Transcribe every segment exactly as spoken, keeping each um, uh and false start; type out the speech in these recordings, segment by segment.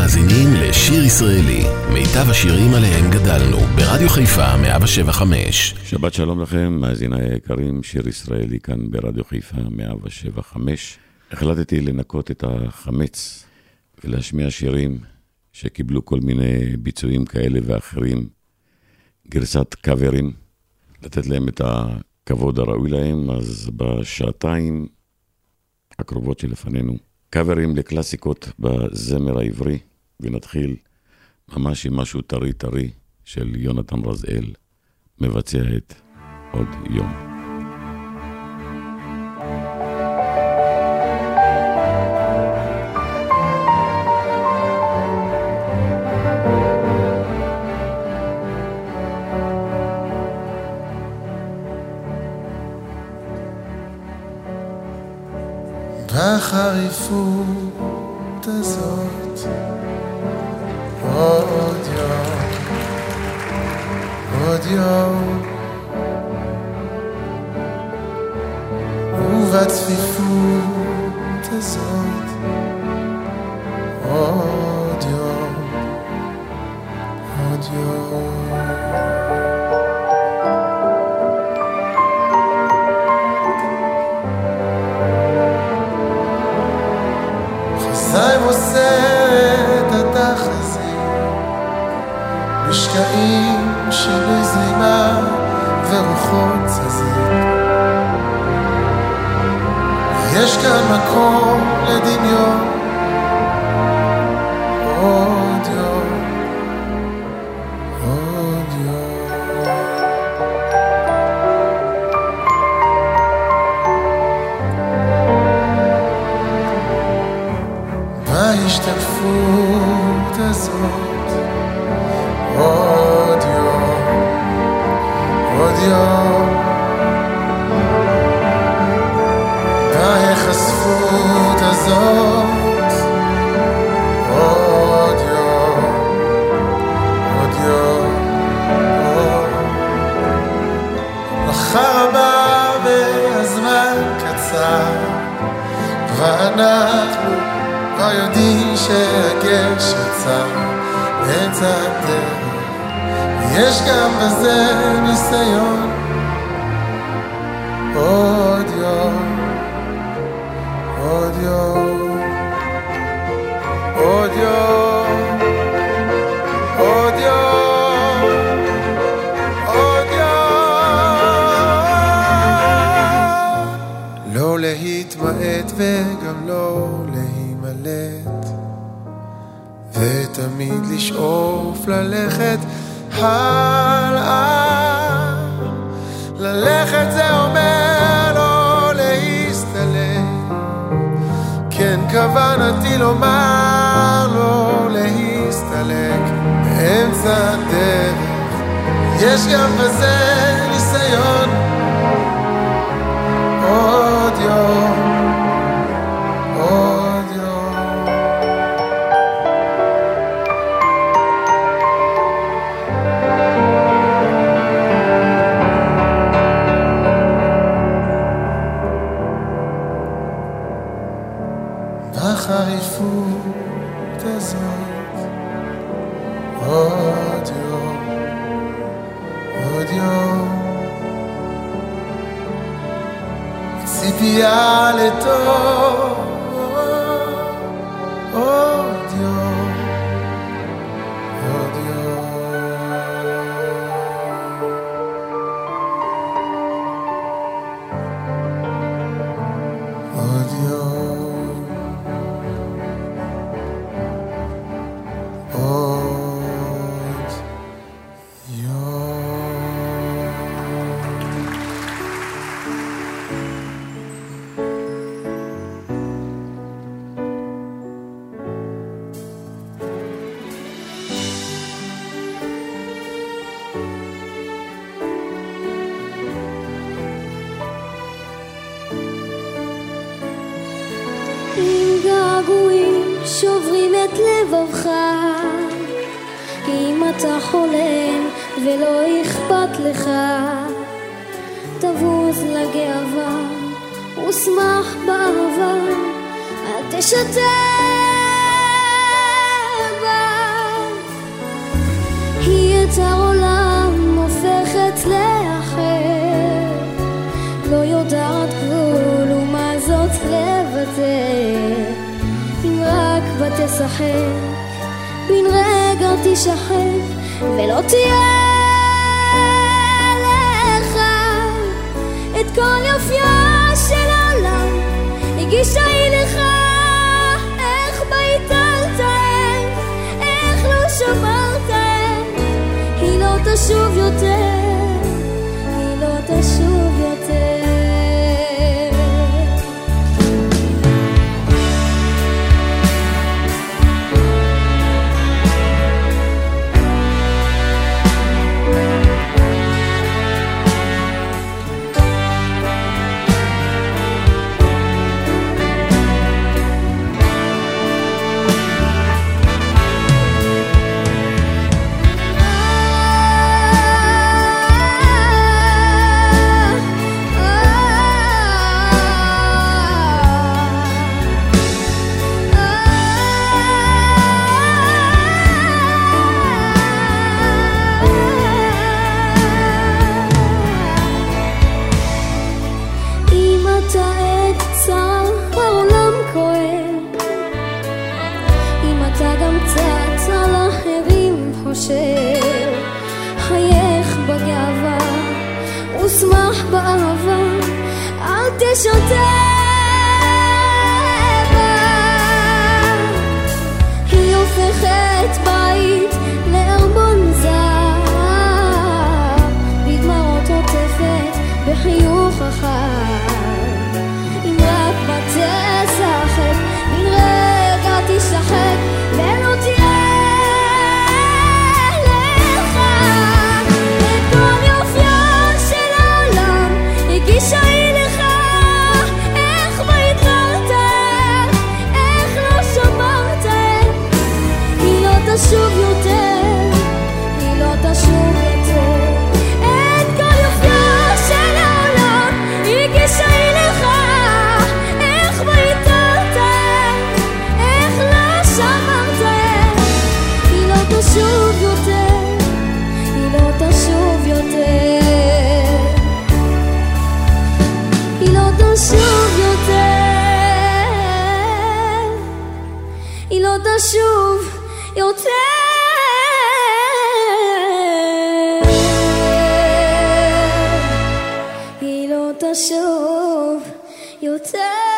מאזינים לשיר ישראלי, מיטב השירים עליהם גדלנו, ברדיו חיפה מאה שבע חמש. שבת שלום לכם, מאזיני היקרים, שיר ישראלי כאן ברדיו חיפה מאה שבע חמש. החלטתי לנקות את החמץ ולהשמיע שירים שקיבלו כל מיני ביצועים כאלה ואחרים, גרסת קאברים, לתת להם את הכבוד הראוי להם. אז בשעתיים הקרובות שלפנינו, קאברים לקלאסיקות בזמר העברי, ונתחיל ממש עם משהו טרי טרי של יונתן רזאל, מבצע את עוד יום. בחריפות הזאת עוד יום, עוד יום, ובצפיפות הזאת עוד יום, עוד יום. חזיים עושה את התחזים, משקעים של זרימה ורוחות צזים. יש כאן מקום לדמיון, עוד יום, עוד יום. בהשתקפות הזאת עוד יום, עוד יום. בהיחשפות הזאת עוד יום, עוד יום, עוד. מחר הבא והזמן קצר, ואנחנו כבר יודעים שהגש יצא באמצע הדרך. יש גם בזה ניסיון, עוד יום, עוד יום, עוד יום, עוד יום, עוד יום. לא להתמעט וגם לא להימלט, ותמיד לשאוף ללכת הלאה. ללכת זה אומר לא להסתלק, כן כוונתי לומר לא להסתלק באמצע הדרך. יש גם בזה ניסיון, עוד יום, עוד יום. בחריפות הזאת עוד יום, עוד יום. ציפייה לטוב עוד יום, עוד יום. עוד יום, עוד יום. אם געגועים שוברים את לבבך, אם אתה חולם ולא אכפת לך, תבוז לגאווה ושמח באהבה, אל תשתק תשחק, בן רגע תשחק, ולא תהיה לך את כל יופייה של העולם. הגישה היא לך, איך ביטלתם, איך לא שמרתם. היא לא תשוב יותר, היא לא תשוב יותר. חייך בגאווה ושמח באהבה, אל תשותה בה. היא הופכת בית לארמון זר, בדמעות עוטפת בחיוך החד. אם רק בתשחק, בן רגע תשחק, ולא תהיה תשוב יותר, היא לא תשוב יותר. את כל יופייה של העולם הגישה היא לך, איך ביטלתם, איך לא שמרתם. היא לא תשוב יותר, היא לא תשוב יותר, היא לא תשוב יותר, היא לא תשוב יותר. היא לא תשוב יותר.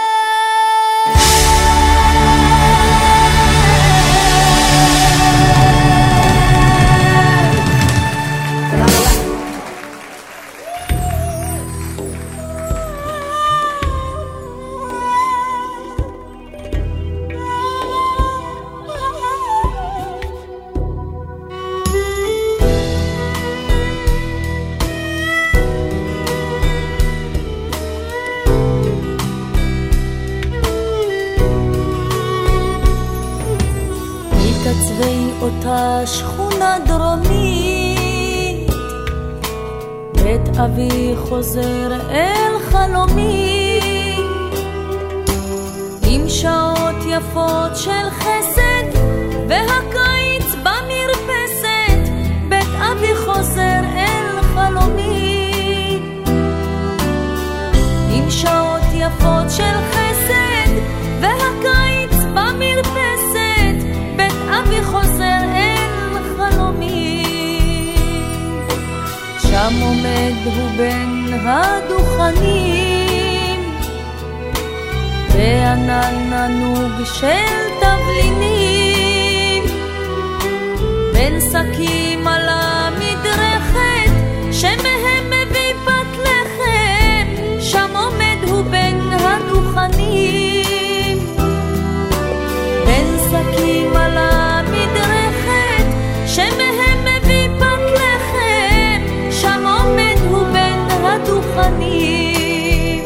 אותה שכונה דרומית, בית אבי חוזר אל חלומי, עם שעות יפות של חסד והקיץ במרפסת. בית אבי חוזר אל חלומי, עם שעות יפות של חסד והקיץ במרפסת. בית אבי חוזר אל חלומי, שם עומד הוא בין הדוכנים, בענן ענוג של תבלינים, בין שקים על המדרכת שמהם מביא פת לחם. שם עומד הוא בין הדוכנים, בין שקים על המדרכת שמהם מביא פת לחם. שם עומד הוא בין הדוכנים.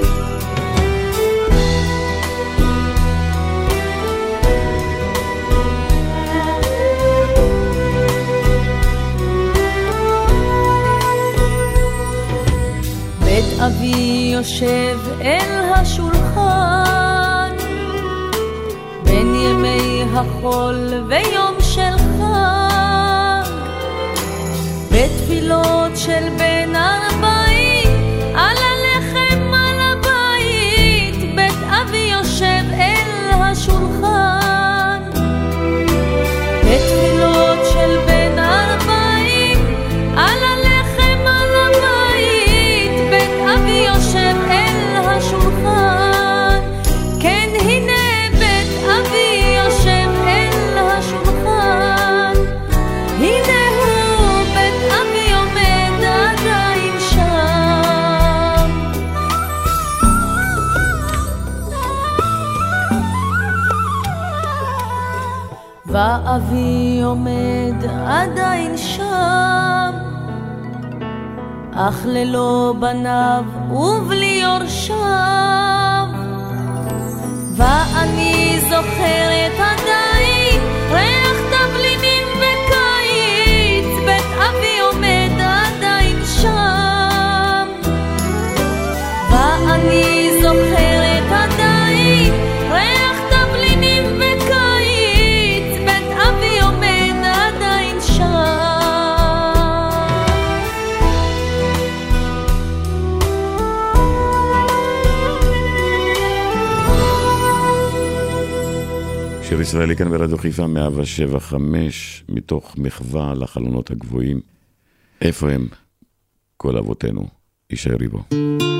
בית אבי יושב אל השולחן, בין ימי החול ויום של חג, בתפילות של בן ארבעים, על הלחם על הבית. בית אבי יושב אל השולחן, ואבי עומד עדיין שם, אך ללא בניו ובלי יורשיו. ואני זוכרת עדיין ריח תבלינים וקיץ, בית אבי עומד עדיין שם. ואני זוכרת עדיין ריח תבלינים וקיץ, בית אבי עומד עדיין שם. שיר ישראלי כאן ברדיו חיפה מאה שבע חמש, מתוך מחווה לחלונות הגבוהים. איפה הם כל אבותינו? יישארי בו.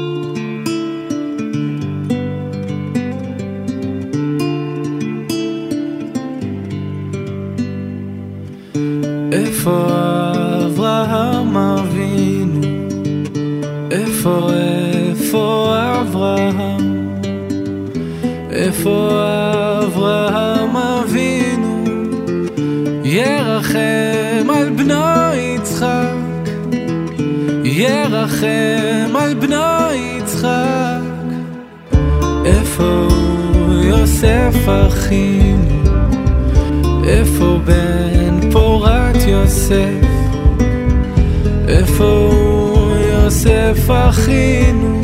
איפה אברהם אבינו? איפה, איפה אברהם? איפה אברהם אבינו? ירחם על בנו יצחק, ירחם על בנו יצחק. איפה יוסף אחינו? איפה בן פורת יוסף? איפה יוסף אחינו?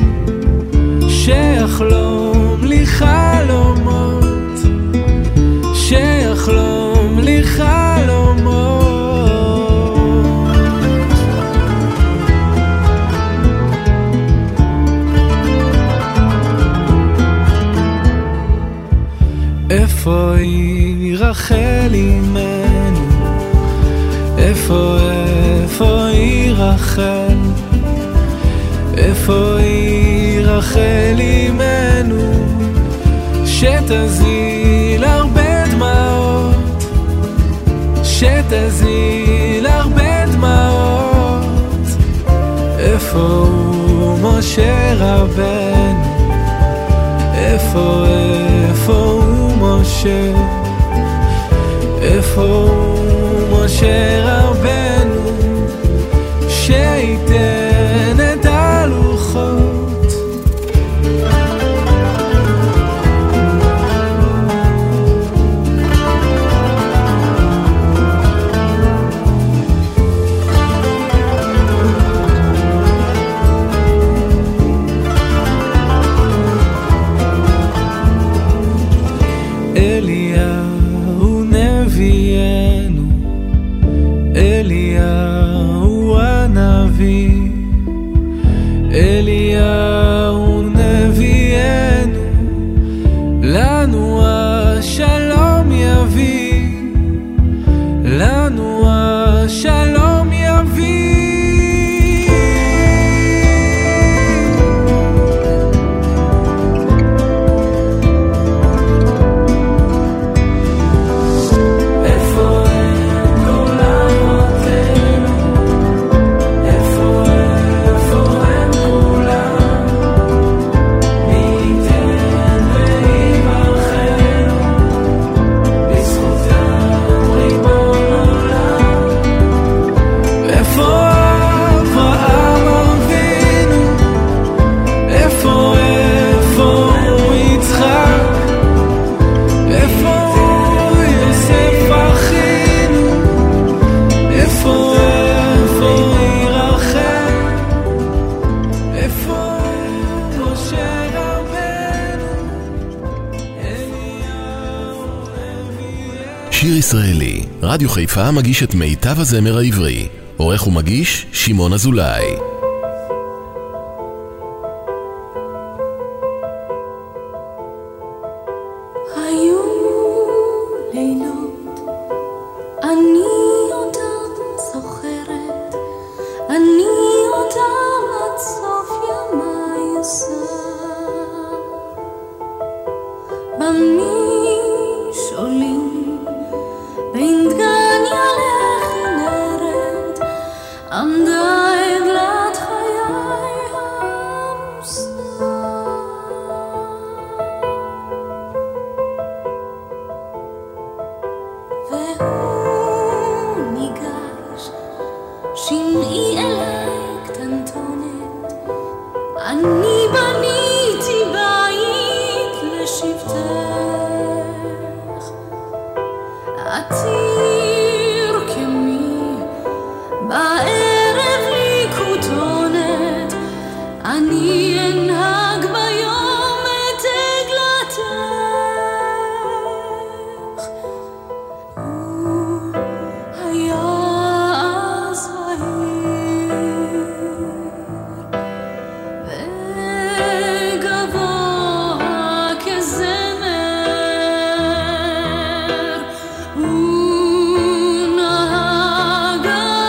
שיחלום לי חלומות, שיחלום לי חלומות. איפה היא רחל אימנו? איפה, איפה היא רחל? איפה היא רחל אימנו? שתזיל הרבה דמעות, שתזיל הרבה דמעות. איפה הוא משה רבנו? איפה, איפה הוא משה? איפה הוא משה רבנו? שייתן את הלוחות. אליהו נביאנו, אליהו הנביא, אליהו נביאנו, לנו השלום יביא, לנו השלום יביא. שיר ישראלי, רדיו חיפה מגיש את מיטב הזמר העברי. עורך ומגיש שמעון אזולאי. היו לילות, אני אותם זוכרת, אני אותם עד סוף ימי יסר. במשעולים בין דגניה לכנרת עמדה עגלת חיי המוסר. והוא אני בניתי בית לשבטך, עתיר כמי בערב לי כותונת, אני אנהג ביום את עגלתך. הוא היה אז בהיר וגבוה כזמר, הוא נהג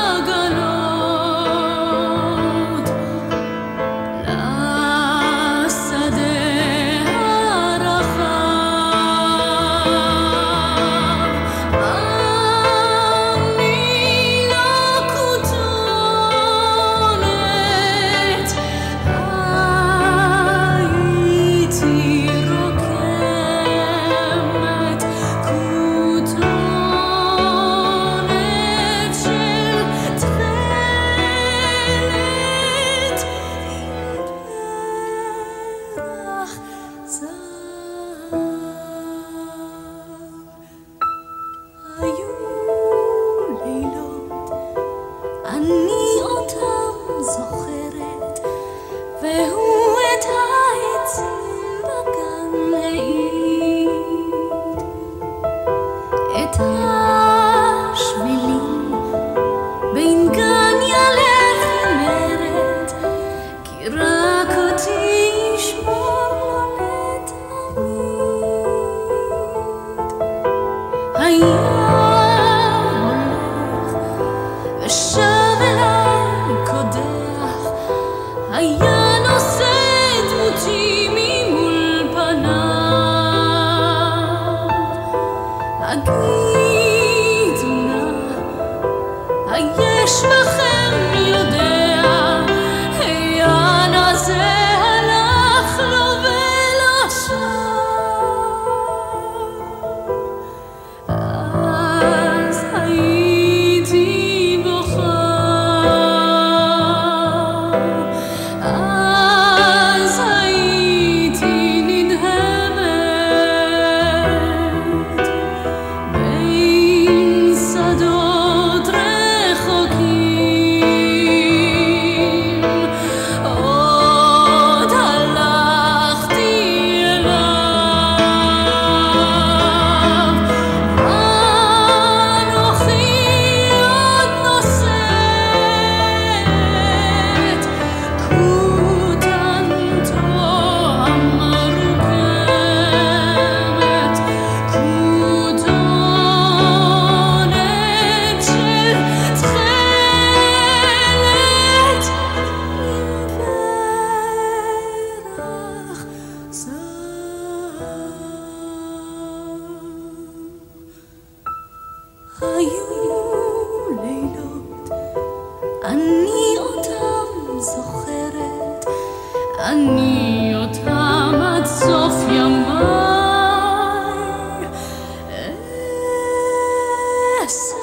עגלות לשדה הרחב. אני לא כותונת, הייתי רוקמת, כותונת של תכלת עם פרח זהב. היו לילות אני אותם זוכרת, והוא את העצים בגן העיד, את השבילים בין גן ילך ומרד, כי רק אותי ישמור לו לתמיד. היה הולך ושב אליי קודח, היה נושא דמותי ממול פניו. הגידו נא, היש בכם יודע, העין הזה הלך לו ולא שב. אז הייתי בוכה, אז הייתי נדהמת בין שדות רחוקים, עוד הלכתי אליו, ואנוכי עוד נושאת כותנתו המרוקמת, כותונת של תכלת עם פרח זהב. היו לילות אני אותם זוכרת, אני אותם עד סוף ימיי אעשה.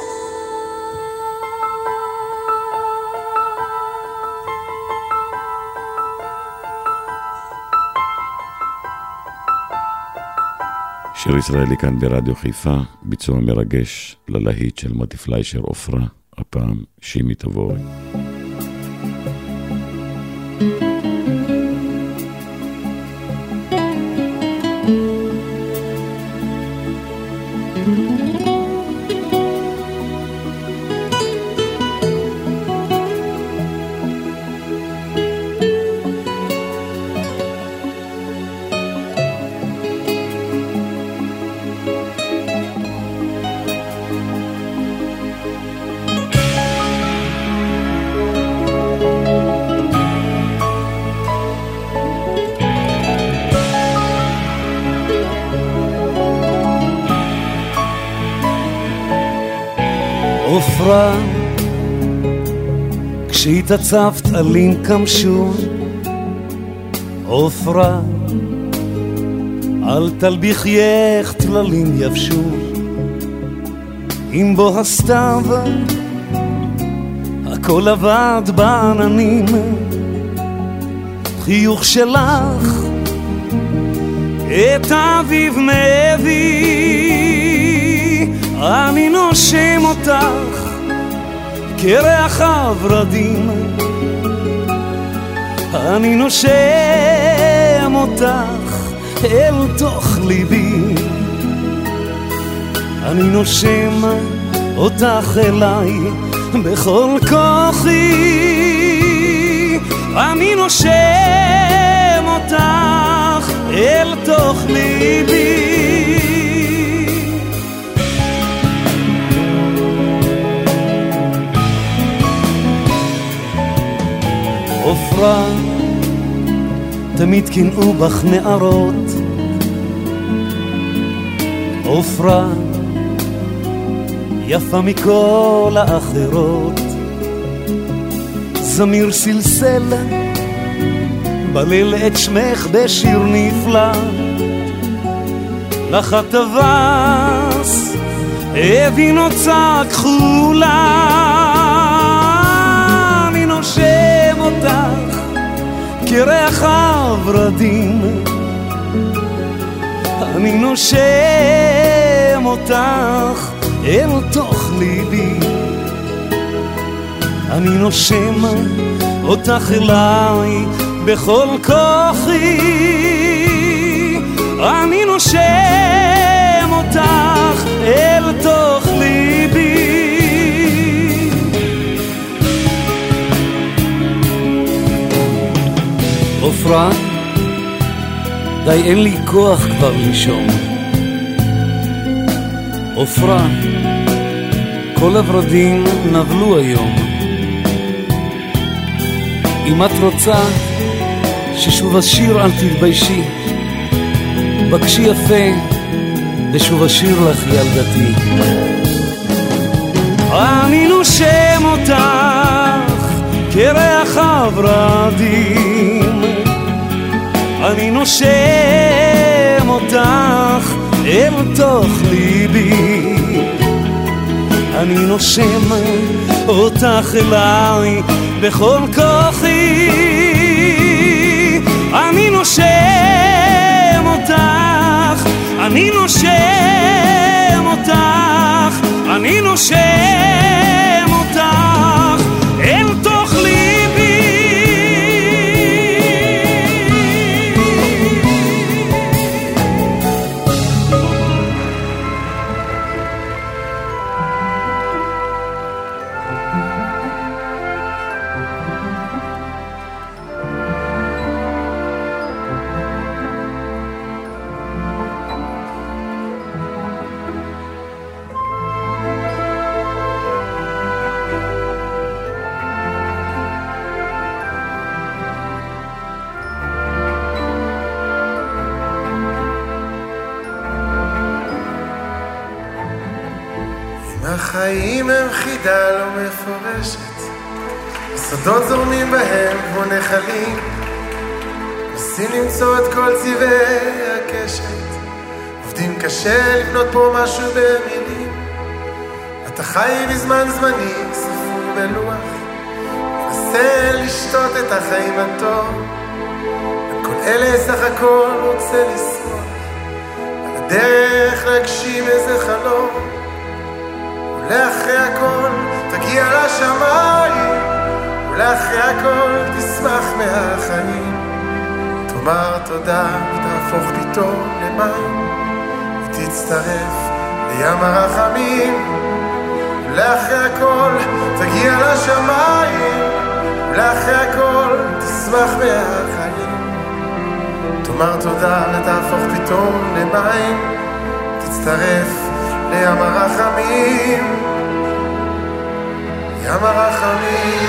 שיר ישראלי כאן ברדיו חיפה, ביצוע מרגש ללהיט של מתי פליישר עופרה, הפעם שימי תבורי. עופרה, כשהתעצבת עלים כמשון, עופרה, אל תלביחייך תללים יבשו, עם בו הסתיו הכל עבד בעננים, חיוך שלך את האביב מביא, אני נושם אותך כריח הורדים, אני נושם אותך אל תוך ליבי, אני נושם אותך אליי בכל כוחי, אני נושם אותך אל תוך ליבי. עופרה, תמיד קינאו בך נערות, עופרה יפה מכל האחרות, זמיר סלסל בליל את שמך בשיר נפלא, לך הטווס הביא נוצה כחולה, אני נושם אותך כריח הורדים, אני נושם אותך אל תוך ליבי, אני נושם אותך אליי בכל כוחי, אני נושם אותך אל תוך ליבי. עופרה, די אין לי כוח כבר לישון, עופרה, כל הורדים נבלו היום, אם את רוצה ששוב השיר אל תתביישי, בקשי יפה ושוב השיר לך ילדתי, אני נושם אותך כריח הורדים, אני נושם אותך אל תוך ליבי, אני נושם אותך אליי בכל כוחי, אני נושם אותך, אני נושם אותך, אני נושם אותך אל תוך ליבי. החיים הם חידה לא מפורשת, הסודות זורמים בהם כמו נחלים, נסים למצוא את כל צבעי הקשת, עובדים קשה לבנות פה משהו במילים, אתה חי בזמן זמני ספור בלוח, נסה לשתות את החיים הטוב, וכל אלה סך הכל רוצה לשרוח, על הדרך להגשים איזה חלום, ולאחרי הכל תגיע לשמיים, ולאחרי הכל תשמח מהחיים, תאמר תודה ותהפוך פתאום למים, ותצטרף לים הרחמים, ולאחרי הכל תגיע לשמיים, ולאחרי הכל תשמח מהחיים, תאמר תודה ותהפוך פתאום למים, תצטרף לים הרחמים, ים הרחמים.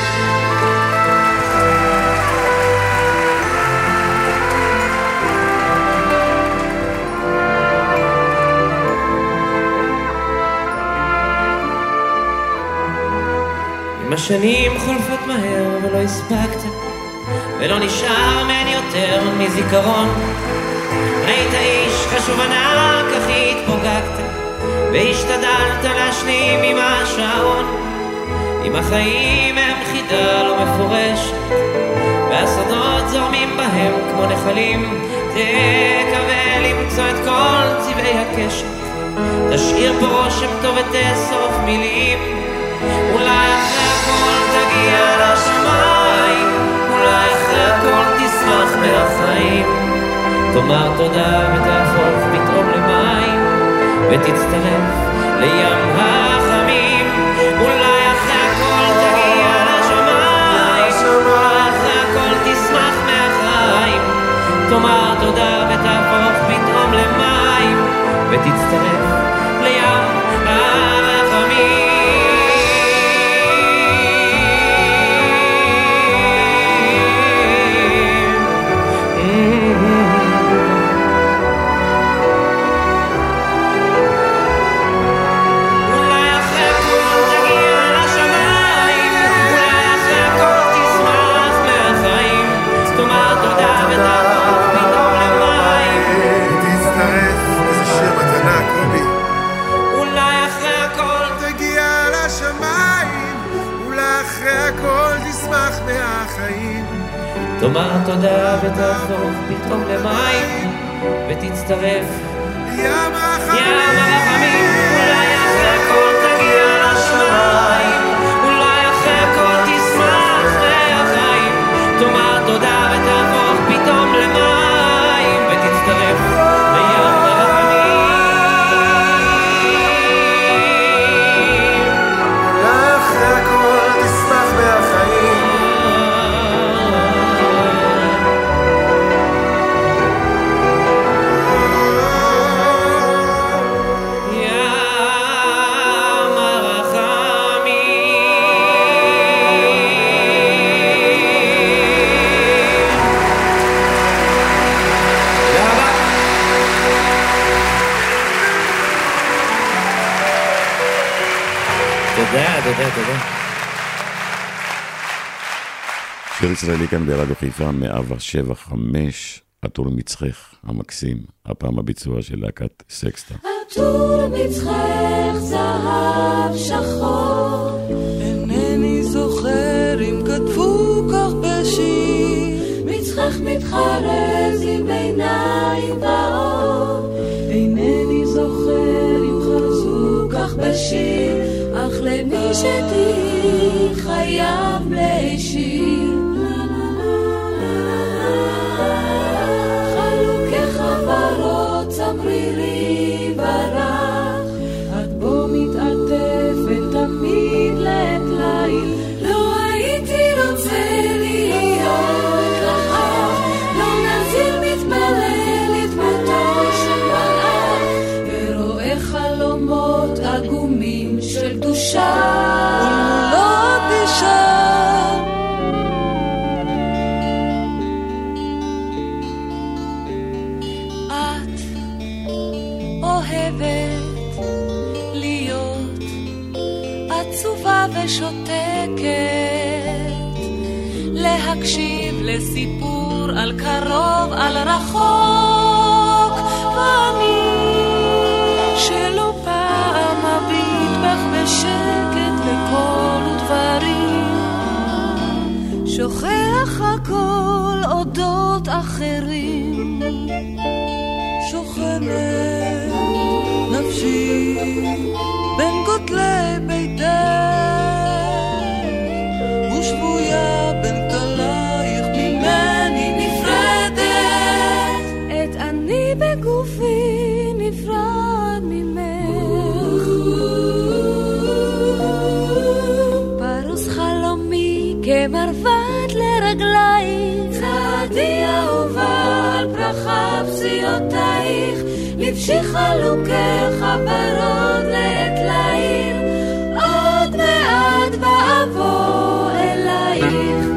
עם השנים חולפות מהר ולא הספקתם, ולא נשאר מהן יותר מזיכרון, היית איש חשוב ענק אך התפוגגת, והשתדלת להשלים עם השעון, עם החיים הם חידה לא מפורשת, והסודות זורמים הנחלים, תקווה למצוא את כל צבעי הקשת, תשאיר פה רושם טוב ותאסוף מילים, אולי אחרי הכל תגיע לשמיים, אולי אחרי הכל תשמח מהחיים, תאמר תודה ותהפוך פתאום למים, ותצטרף לים החמים, אולי אחרי הכל תגיע לשמיים, אולי אחרי הכל תשמח מהחיים, תאמר תודה ותהפוך פתאום למים, ותצטרף לים הרחמים. אולי אחרי הכל תגיע לשמיים, אולי אחרי הכל תשמח מהחיים, תאמר תודה ותהפוך פתאום למים, ותצטרף איזה שם מתנה קובי, אולי אחרי הכל תגיע לשמיים, אולי אחרי הכל תשמח מהחיים, תאמר תודה ותהפוך פתאום למים, ותצטרף ים ים הרחמים, אולי אחרי הכל תגיע לשמיים, אולי אחרי הכל תשמח מהחיים, תאמר תודה ותהפוך פתאום למים, ותצטרף לים הרחמים. אולי אחרי הכל תשמח מהחיים, ים הרחמים. תודה רבה. תודה, תודה, תודה. שיר ישראלי כאן ברדיו חיפה מאה ושבע נקודה חמש, עטור מצחך המקסים, הפעם הביצוע של להקת סקסטה. עטור מצחך זהב שחור, אינני זוכר אם כתבו כך בשיר, מצחך מתחרז עם עיניים באור, אינני זוכר אם חרזו כך בשיר, אך למי שתהי חייב להישיר. חלוקי חברות צמרירי ברח, את בו מתעטפת תמיד לעת ליל, לא הייתי רוצה להיות לך, לא נזיר מתפלל לדמותו של מלאך, ורואה חלומות עגומים של קדושה ולא תשאר. את אוהבת להיות עצובה ושותקת, להקשיב לסיפור על קרוב על רחוק, ואני שלא פעם אביט בך בשקט לכל ודברים, שוכח הכל אודות אחרים, שוכנת נפשי בין כותלי ביתך, ושבויה בין כלייך ממני נפרדת, את אני בגופי נפרד ממך, פרוס חלומי כמרבד לרגלייך, צעדי אהובה על פרחה פסיעותייך, לבשי חלוקי חברות לעת ליל, עוד מעט בעבור אלייך.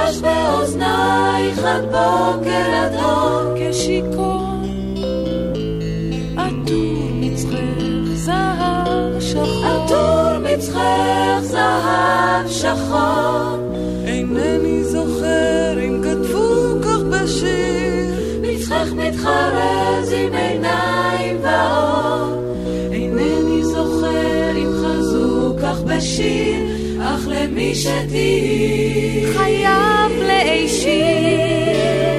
רעש באוזנייך עד בוקר עד אור כשיכור עטור מצחך זהב שחור עטור מצחך זהב שחור אינני זוכר אם כתבו כך בשיר מצחך מתחרז עם עיניים ואור אינני זוכר אם חזו כך בשיר אך למי שתהי חייב להישיר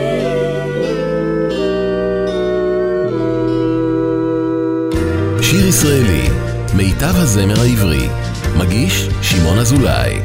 שיר ישראלי, מיטב הזמר העברי, מגיש שמעון אזולאי.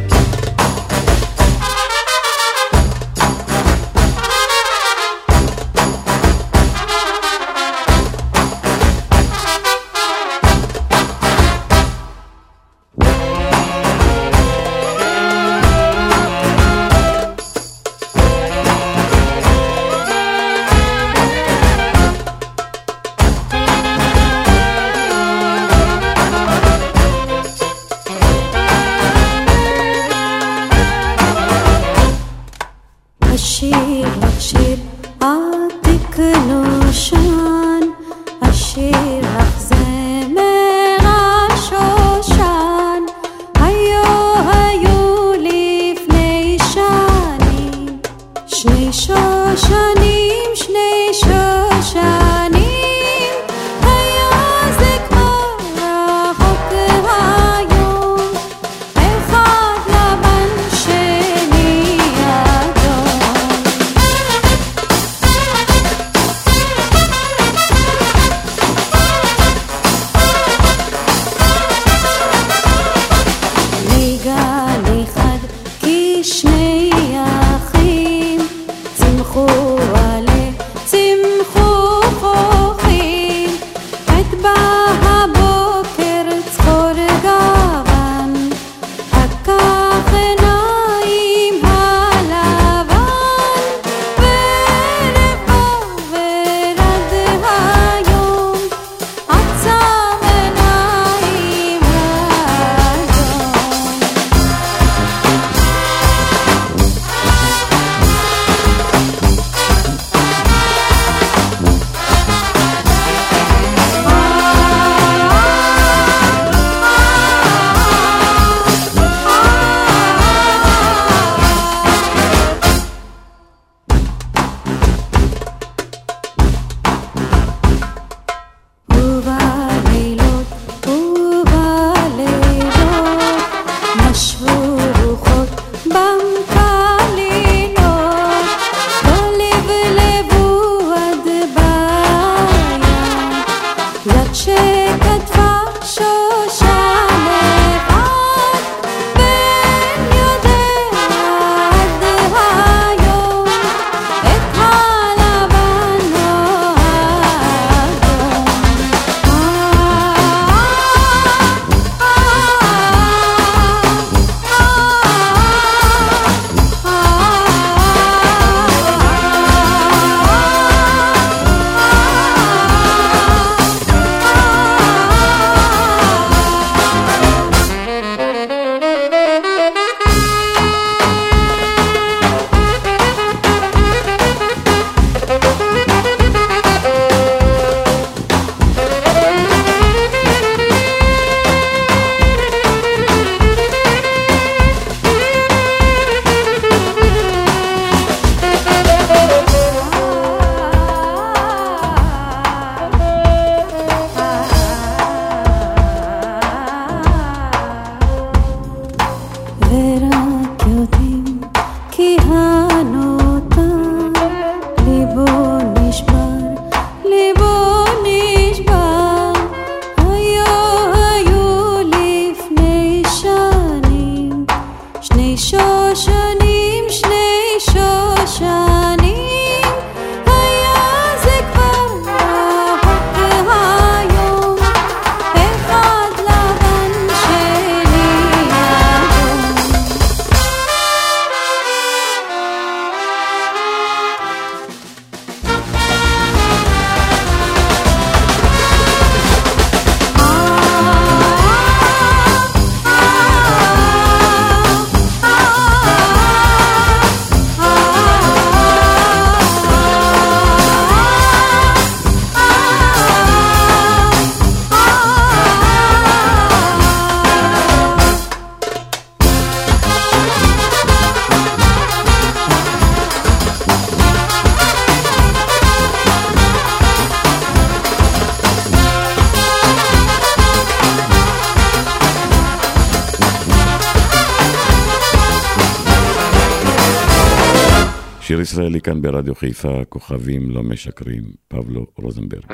שיר ישראלי כאן ברדיו חיפה, כוכבים לא משקרים, פבלו רוזנברג.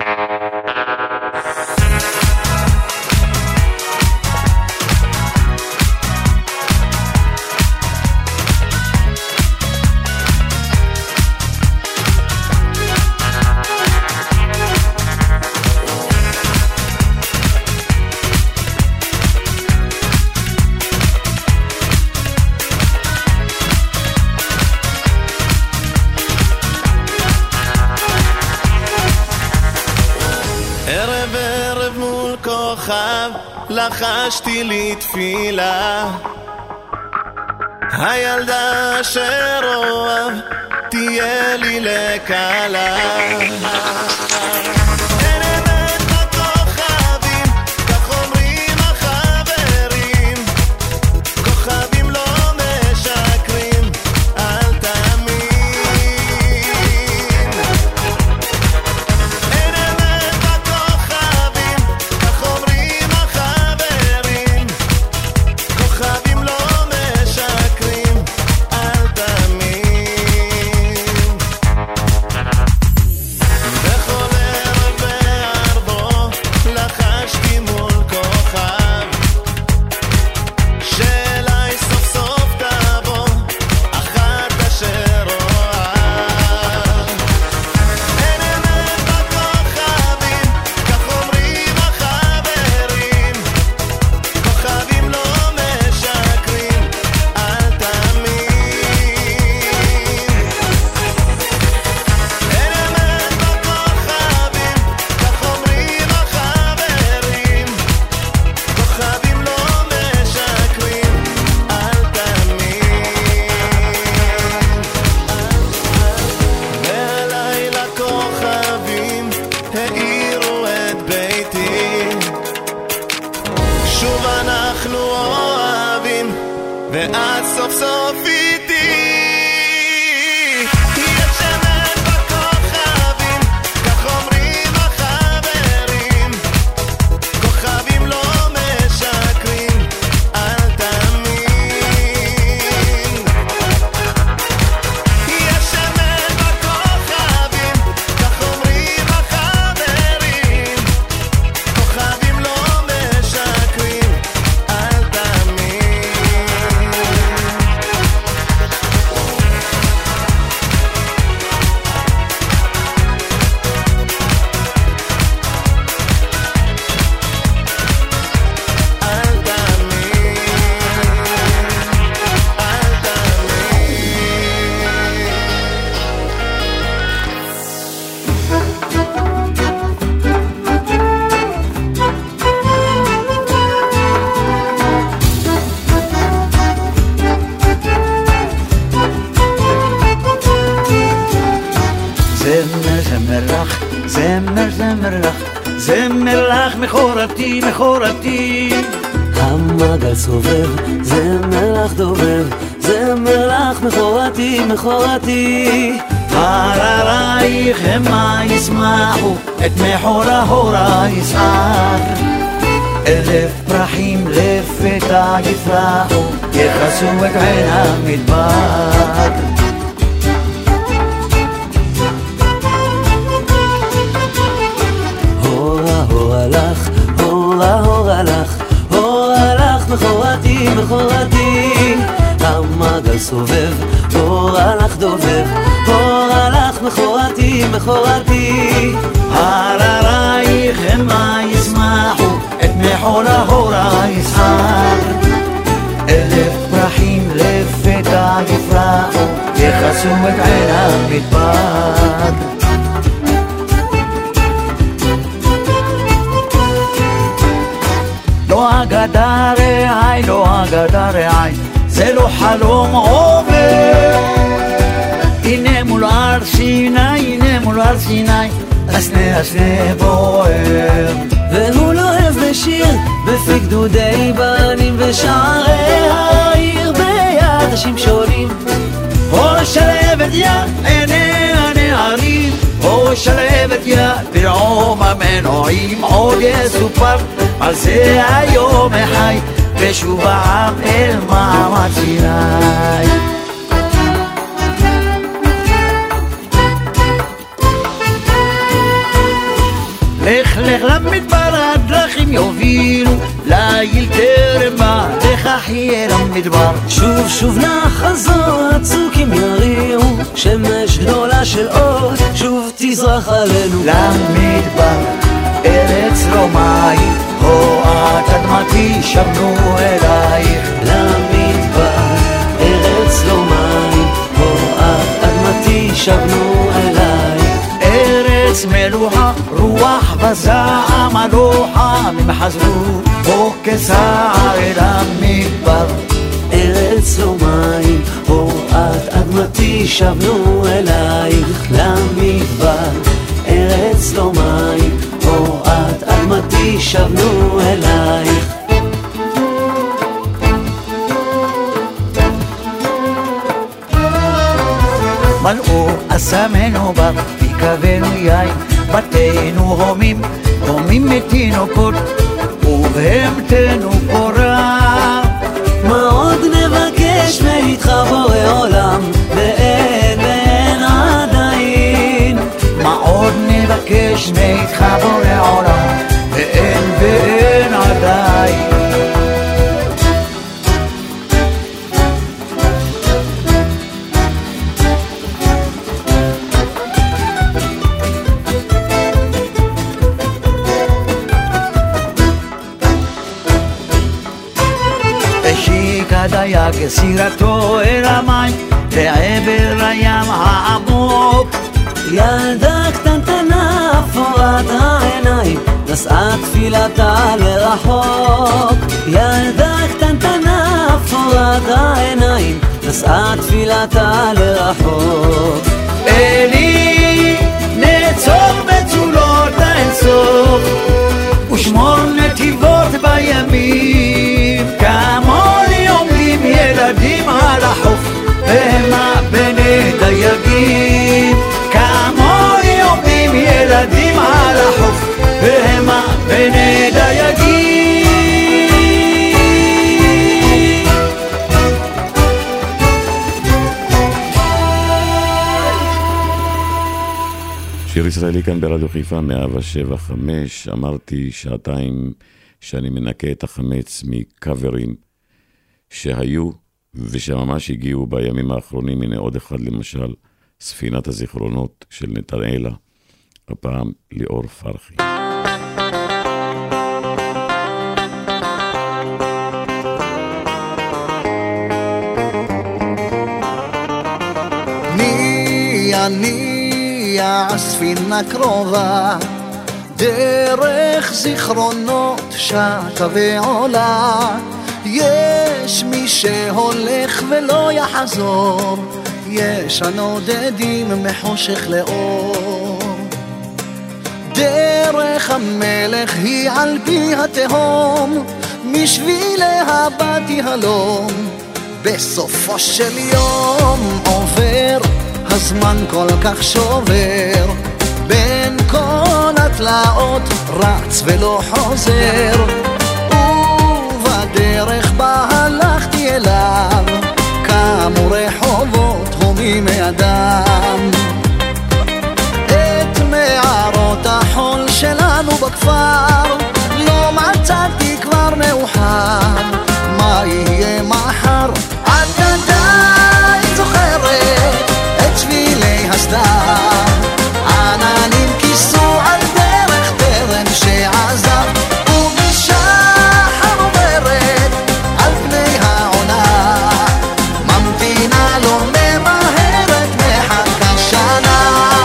לחשתי לי תפילה, הילדה שרוב תהיה לי לקלה. אין אמת בכוכבים, כך אומרים החברים, כוכבים לא משקרים, אל תאמין. אין אמת בכוכבים, כך אומרים החברים, כוכבים לא משקרים, אל תאמין. בכל ערב בערבו לחשתי מול כוכב, שאליי סוף סוף תבוא אחת אשר אוהב. אין אמת בכוכבים, כך אומרים החברים, כוכבים לא משקרים, אל תאמין. אין אמת בכוכבים, כך אומרים החברים, כוכבים לא משקרים, אל תאמין. בלילה כוכבים האירו את ביתי, שוב אנחנו אוהבים ואת סוף סוף איתי. יש אמת בכוכבים, כך אומרים החברים, כוכבים לא משקרים, אל תאמין. יש אמת בכוכבים, כך אומרים החברים, כוכבים לא משקרים, אל תאמין. אל תאמין, אל זמר זמר לך, זמר זמר לך, זמר לך מחורתי מחורתי. המעגל סובב, זמר לך דובב, זמר לך מחורתי מחורתי. הררייך המה ישמחו, את מחורה הורה יסער. אלף פרחים לפתע יפרחו, יכסו את עין המדבר. הורה הורה לך, הורה הורה לך, הורה לך מחורתי מחורתי. המעגל סובב, הורה לך דובב, הורה לך מחורתי מחורתי. הררייך המה ישמחו, את מחורה הורה יסער. אלף פרחים לפתע יפרחו, יכסו את עין המדבר. לא אגדה רעי, לא אגדה רעי, זה לא חלום עובר. הנה מול הר סיני, הנה מול הר סיני, הסנה הסנה בוער. והוא לא אוהב בשיר, בפי גדודי בנים ושערי העיר ביד השמשונים. או שלבת יד עיני הנערים, או שלבת יד ברעום המנועים. עוד יסופר על זה היום החי, ושוב העם אל מעמד סיני. לך למדבר הדרכים יובילו, ליל טרם בא, לך חיה למדבר. שוב שוב נחזור, הצוקים יריעו, שמש גדולה של אור, שוב תזרח עלינו. למדבר, ארץ לא מים, הועת אדמתי שבנו אלייך. למדבר, ארץ לא מים, הועת אדמתי שבנו אלייך. ארץ מלוחה, רוח וזעם מלוחה, ממחזרו או כסער אל המדבר. ארץ לא מים, הועת אדמתי שבנו אלייך. למדבר, ארץ לא מים, הועת אדמתי שבנו אלייך. מלאו אסמנו בר, יקבנו יין, בתינו הומים, הומים מתינוקות, ובהמתנו פורה. מה עוד נבקש מאיתך בורא עולם, ואין ואין עדיין. מה עוד נבקש מאיתך בורא עולם, ואין ואין עדיין. דייג סירתו אל המים לעבר הים העמוק. ילדה קטנטנה אפורת העיניים נשאה תפילתה לרחוק. ילדה קטנטנה אפורת העיניים נשאה תפילתה לרחוק. אלי נצור בצולות האינסוף ושמור נתיבות בימים. כמוני עומדים ילדים על החוף והמה בני דייגים. כמוני עומדים ילדים על החוף והמה בני דייגים. שיר ישראלי כאן ברדיו חיפה מאה שבע חמש. אמרתי שעתיים שאני מנקה את החמץ מקאברים שהיו ושממש הגיעו בימים האחרונים. הנה עוד אחד למשל, ספינת הזיכרונות של נתנאלה, הפעם ליאור פרחי. ניה ניה הספינה קרובה, דרך זיכרונות שטה ועולה. יש מי שהולך ולא יחזור, יש הנודדים מחושך לאור. דרך המלך היא על פי התהום, משבילי הבתי הלום. בסופו של יום עובר הזמן כל כך שובר, בין כל התלאות רץ ולא חוזר. ובדרך בה הלכתי אליו, קמו רחובות הומים מאדם. את מערות החול שלנו בכפר לא מצאתי, כבר מאוחר. מה יהיה מחר? עד עדיין זוכרת את שבילי הסתר, עננים כיסו על דרך טרם שעזב, ובשחר עוברת על פני העונה, ממתינה לא ממהרת, מחכה שנה.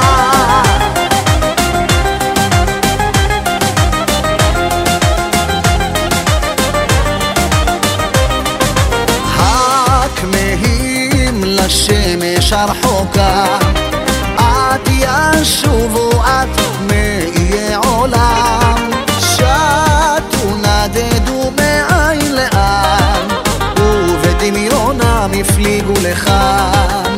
הכמהים לשמש הרחוקה, את ישובו את מאיי עולם, שטו נדדו מאין לאן, ובדמיונם הפליגו לכאן.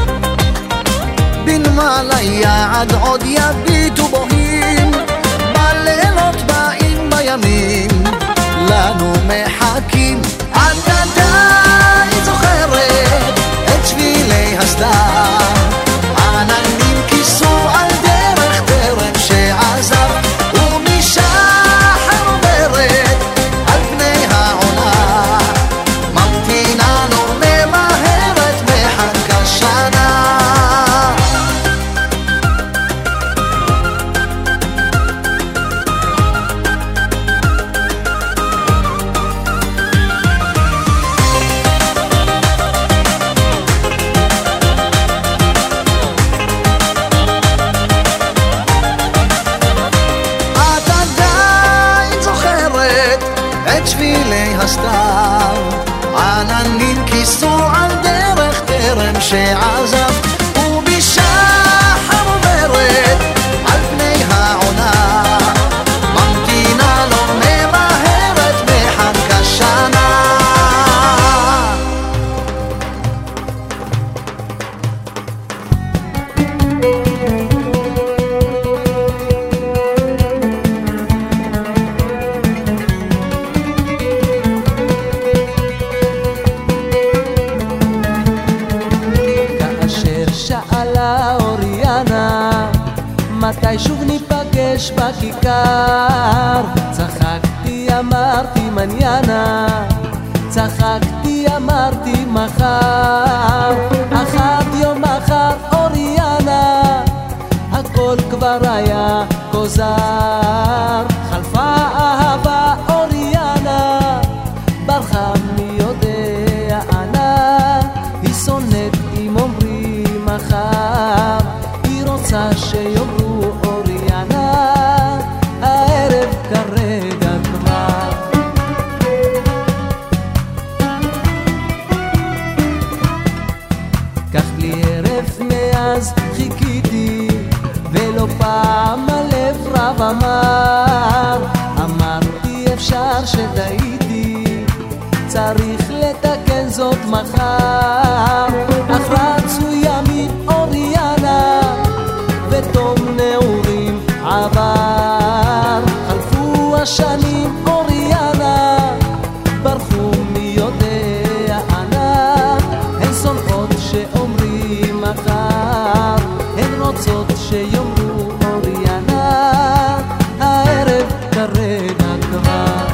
בנמל היעד עוד יביטו בוהים, בלילות באים בימים, לנו מחכים. עד עדיין זוכרת את שבילי הסתר, עננים כיסו על דרך טרם שעזב, ומשם הסתיו, עננים כיסו על דרך טרם שעזב, ובשחר ומרד על פני העונה, ממתינה לו ממהרת מחנקה שנה. מתי שוב ניפגש בכיכר? צחקתי אמרתי מניאנה, צחקתי אמרתי מחר, אחת יום מחר אוריאנה, הכל כבר היה כוזר, חלפה אהבה אוריאנה, ברחה מי יודע אנה, היא שונאת אם אומרים מחר, היא רוצה שיאמרו אוריאנה, הערב כרגע כבר. כך לי ערב מאז חיכיתי, ולא פעם הלב רב אמר, אמרתי אפשר שטעיתי, צריך לתקן זאת מחר, אך רצו ימים אוריאנה, ותום נעורים עבר, חלפו השנים אוריאנה, ברחו מי יודע אנה, הן שונאות שאומרים מחר, הן רוצות שיאמרו אוריאנה, הערב כרגע כבר.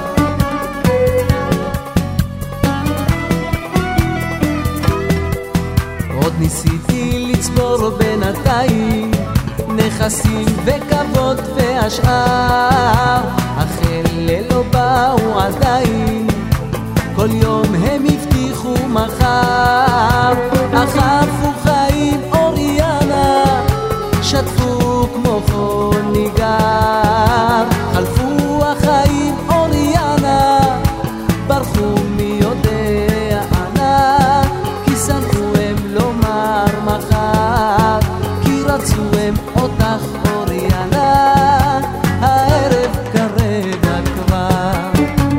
עוד ניסיתי לצבור בינתיים נכסים וכבוד והשאר, אך אלה לא באו עדיין, כל יום הם הבטיחו מחר, אך עפו חיים אוריאנה, שטפו כמו חול ניגר, חלפו החיים אוריאנה, ברחו מי יודע אנה, כי שנאו הם לומר מחר, כי רצו הם אותך אוריאנה, הערב כרגע כבר.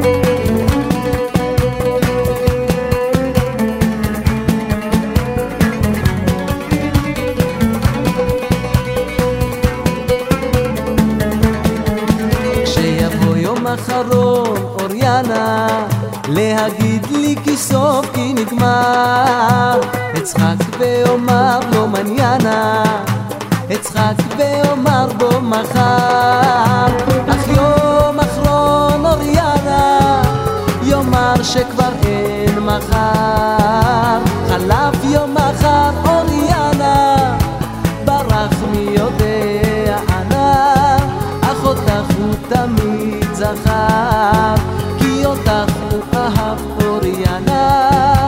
כשיבוא יום אחרון אוריאנה, להגיד לי כי סוף כי נגמר, אצחק ואומר לו מניאנה, אצחק ואומר בו מחר, אך יום אחרון אוריאנה, יאמר שכבר אין מחר, חלף יום מחר אוריאנה, ברח מי יודע אנה, אך אותך הוא תמיד זכר, כי אותך הוא אהב אוריאנה,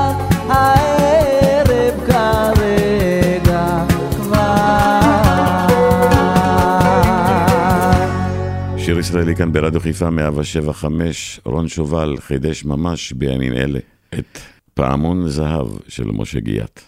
הערב כרגע כבר. שיר ישראלי כאן ברדיו חיפה מאה שבע חמש, רון שובל חידש ממש בימים אלה את פעמון זהב של משה גיאת.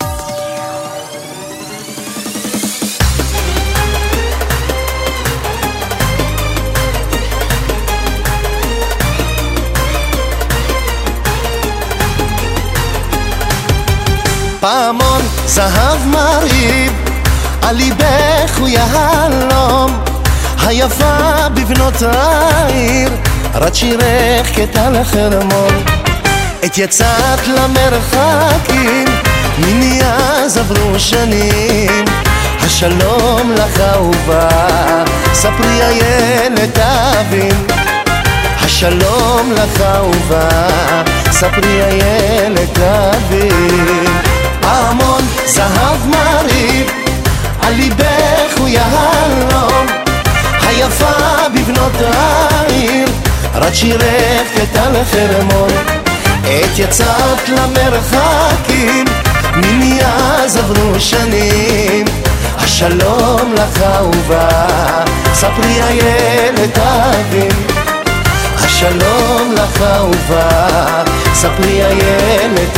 פעמון זהב מרהיב, על ליבך הוא יהלום, היפה בבנות העיר, רד שירך כטל החרמון. את יצאת למרחקים, מיני אז עברו שנים, השלום לך אהובה, ספרי הילד תבין, השלום לך אהובה, ספרי הילד תבין. פעמון זהב מרהיב, על ליבך הוא יהלום, היפה בבנות העיר, רד שירך כטל החרמון. את יצאת למרחקים, מיני אז עברו שנים, השלום לך אהובה, ספרי הילד תבין, השלום לך אהובה, ספרי איילת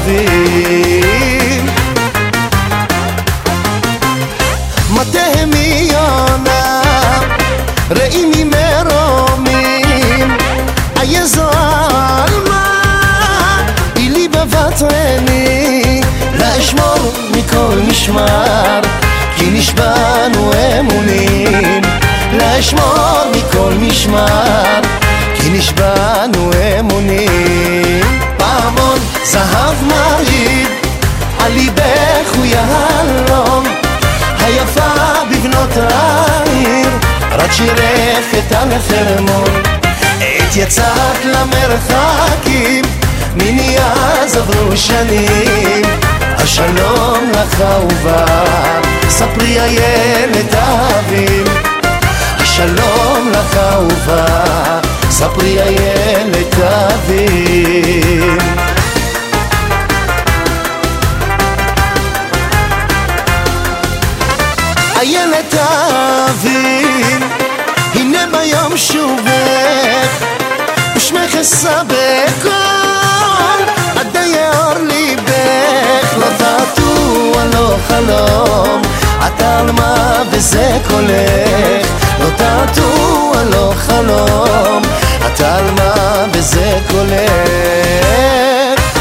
אביב. מתה מיונה ראי ממרומים אייזו אלמה אילי בבטרני לאשמור מכל משמר כי נשבענו אמונים לאשמור מכל משמר כי נשבענו אמונים. פעמון זהב מרהיב על ליבך הוא יהלום היפה בבנות העיר רד שירך את החרמון עת יצאת למרחקים מיני אז עברו שנים השלום לך אהובה ספרי איילת אביב. השלום לך אהובה ספרי איילת אביב. איילת אביב הנה ביום שובך ושמך אשא בקול עד יאור ליבך לא תעתוע לא חלום אתה על מה וזה קולך לא תעתוע לא חלום אתה על מה וזה קולך.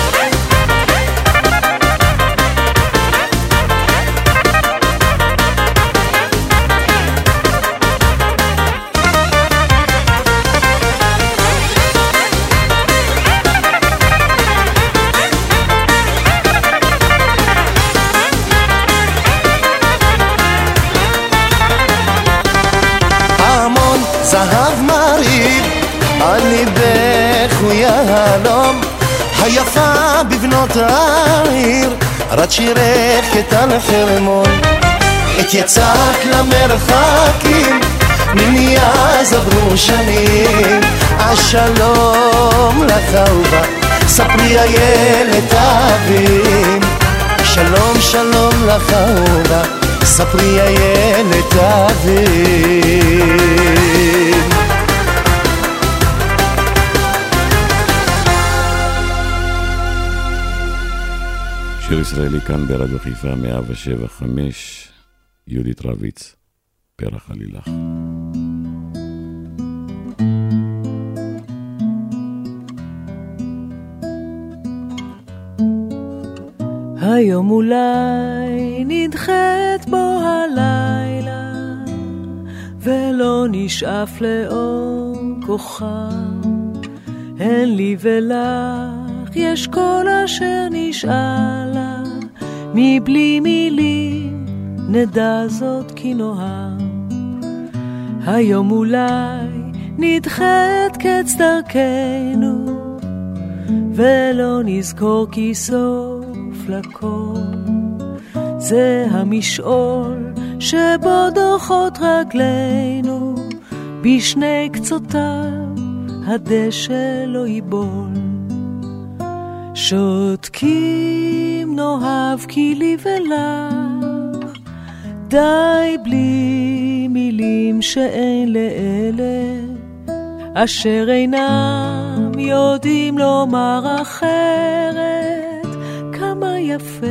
זהב מרהיב על ליבך הוא יהלום היפה בבנות העיר רד שירך את החרמון עת יצאת למרחקים מיני אז עברו שנים השלום לך אהובה ספרי איילת אביב. שלום שלום לך אהובה ספרי איילת אביב. שיר ישראלי כאן ברדיו חיפה מאה שבע חמש. יהודית רביץ, פרח עלילך. היום אולי נדחת בו הלילה ולא נשאף לאור כוכב אין לי ולך יש כל אשר נשאלה מבלי מילים נדע זאת כי נוהר. היום אולי נדחת קץ דרכנו ולא נזכור כי סוף לכל זה המשעול שבו דוחות רגלינו בשני קצותיו הדשא לא ייבול. שותקים נאהב כי לי ולך די בלי מילים שאין לאלה אשר אינם יודעים לומר אחרת כמה יפה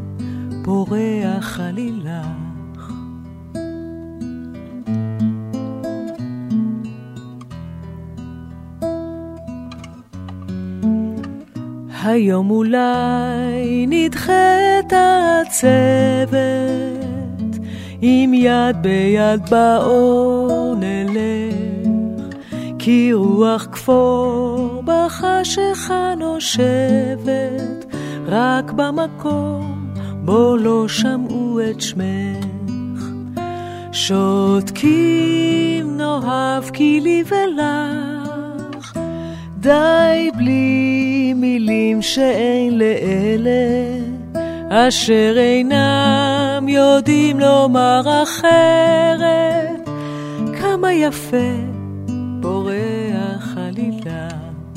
פורח עלילך. היום אולי נדחת הצוות עם יד ביד באור נלך כי רוח כפור בחשיכה נושבת רק במקום בו לא שמעו את שמך. שותקים נאהב כי לי ולך די בלי מילים שאין לאלה אשר אינם יודעים לומר אחרת כמה יפה פורח עלילך.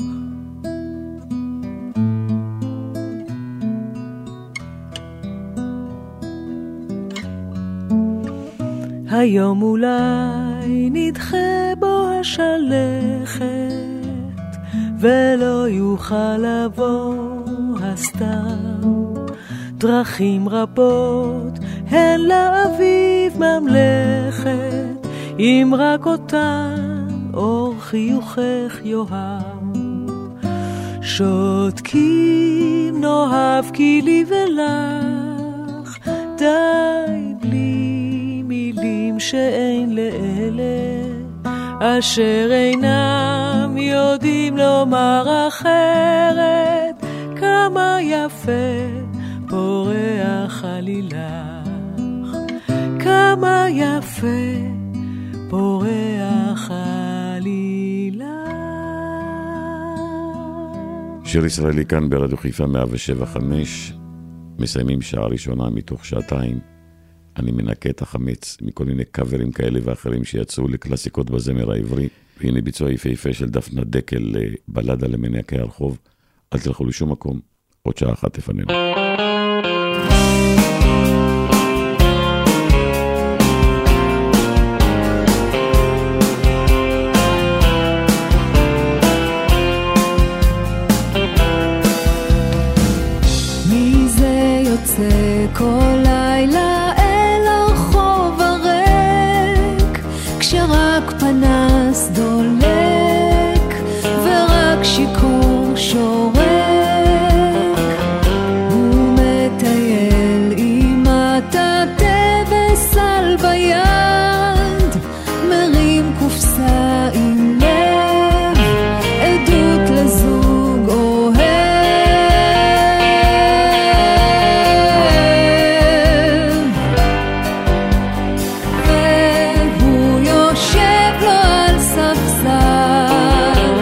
היום אולי נדחה בו השלכת ולא יוכל לבוא הסתם. דרכים רבות הן לאביב ממלכת, אם רק אותן אור חיוכך יאהב. שותקים נאהב כי לי ולך, די בלי מילים שאין לאלה, אשר אינם יודעים לומר אחרת. כמה יפה פורח עלילך, כמה יפה פורח עלילך. שיר ישראלי כאן ברדיו חיפה מאה ושבע חמש. מסיימים שעה ראשונה מתוך שעתיים. אני מנקה את החמץ מכל מיני קאברים כאלה ואחרים שיצאו לקלאסיקות בזמר העברי, והנה ביצוע יפהפה של דפנה דקל לבלדה למניאקי הרחוב. אל תלכו לשום מקום, עוד שעה אחת תפננו. מי זה יוצא כל לילה אל הרחוב הריק, כשרק פנס דולק ורק שיקור שורק, הוא מטייל עם מטאטא וסל ביד, מרים קופסה עם לב, עדות לזוג אוהב, והוא יושב לו על ספסל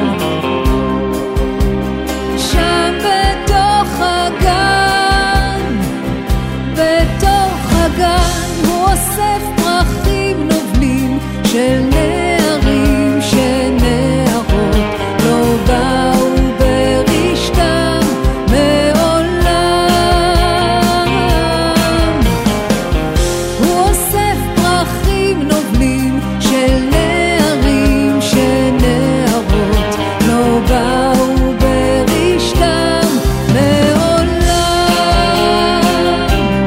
שם בתוך הגן, בתוך הגן הוא אוסף פרחים נובלים של נערים שנערות לא באו ברשתם מעולם. הוא אוסף פרחים נובלים של נערים שנערות לא באו ברשתם מעולם.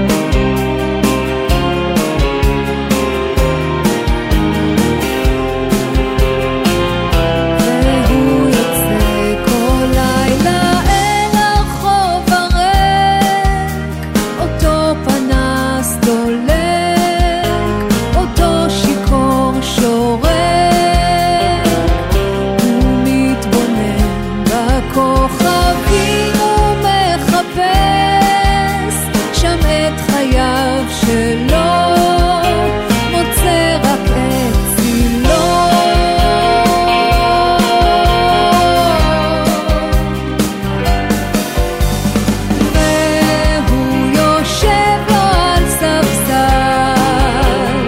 והוא יוצא כל לילה אל הרחוב הריק, אותו פנס דולק, אותו שיקור שורק, הוא מתבונן בכוכבים ומחפש שם את חייו שלו, מוצא רק את צילו. והוא יושב לו על ספסל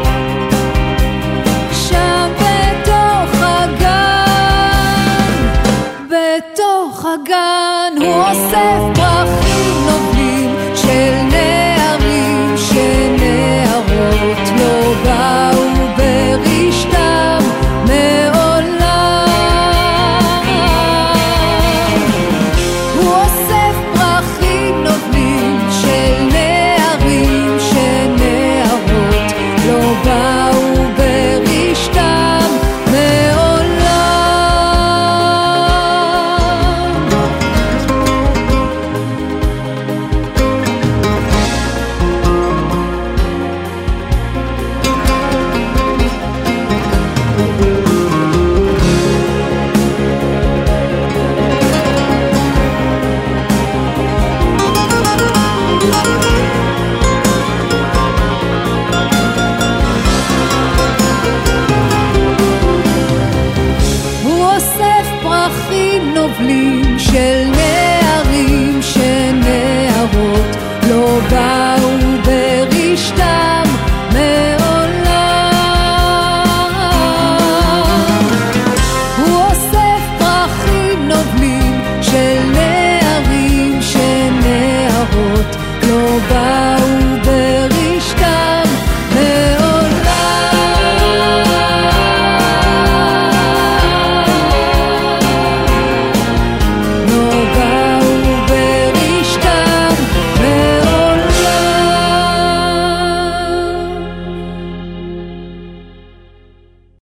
שם בתוך הגן, בתוך הגן הוא אוסף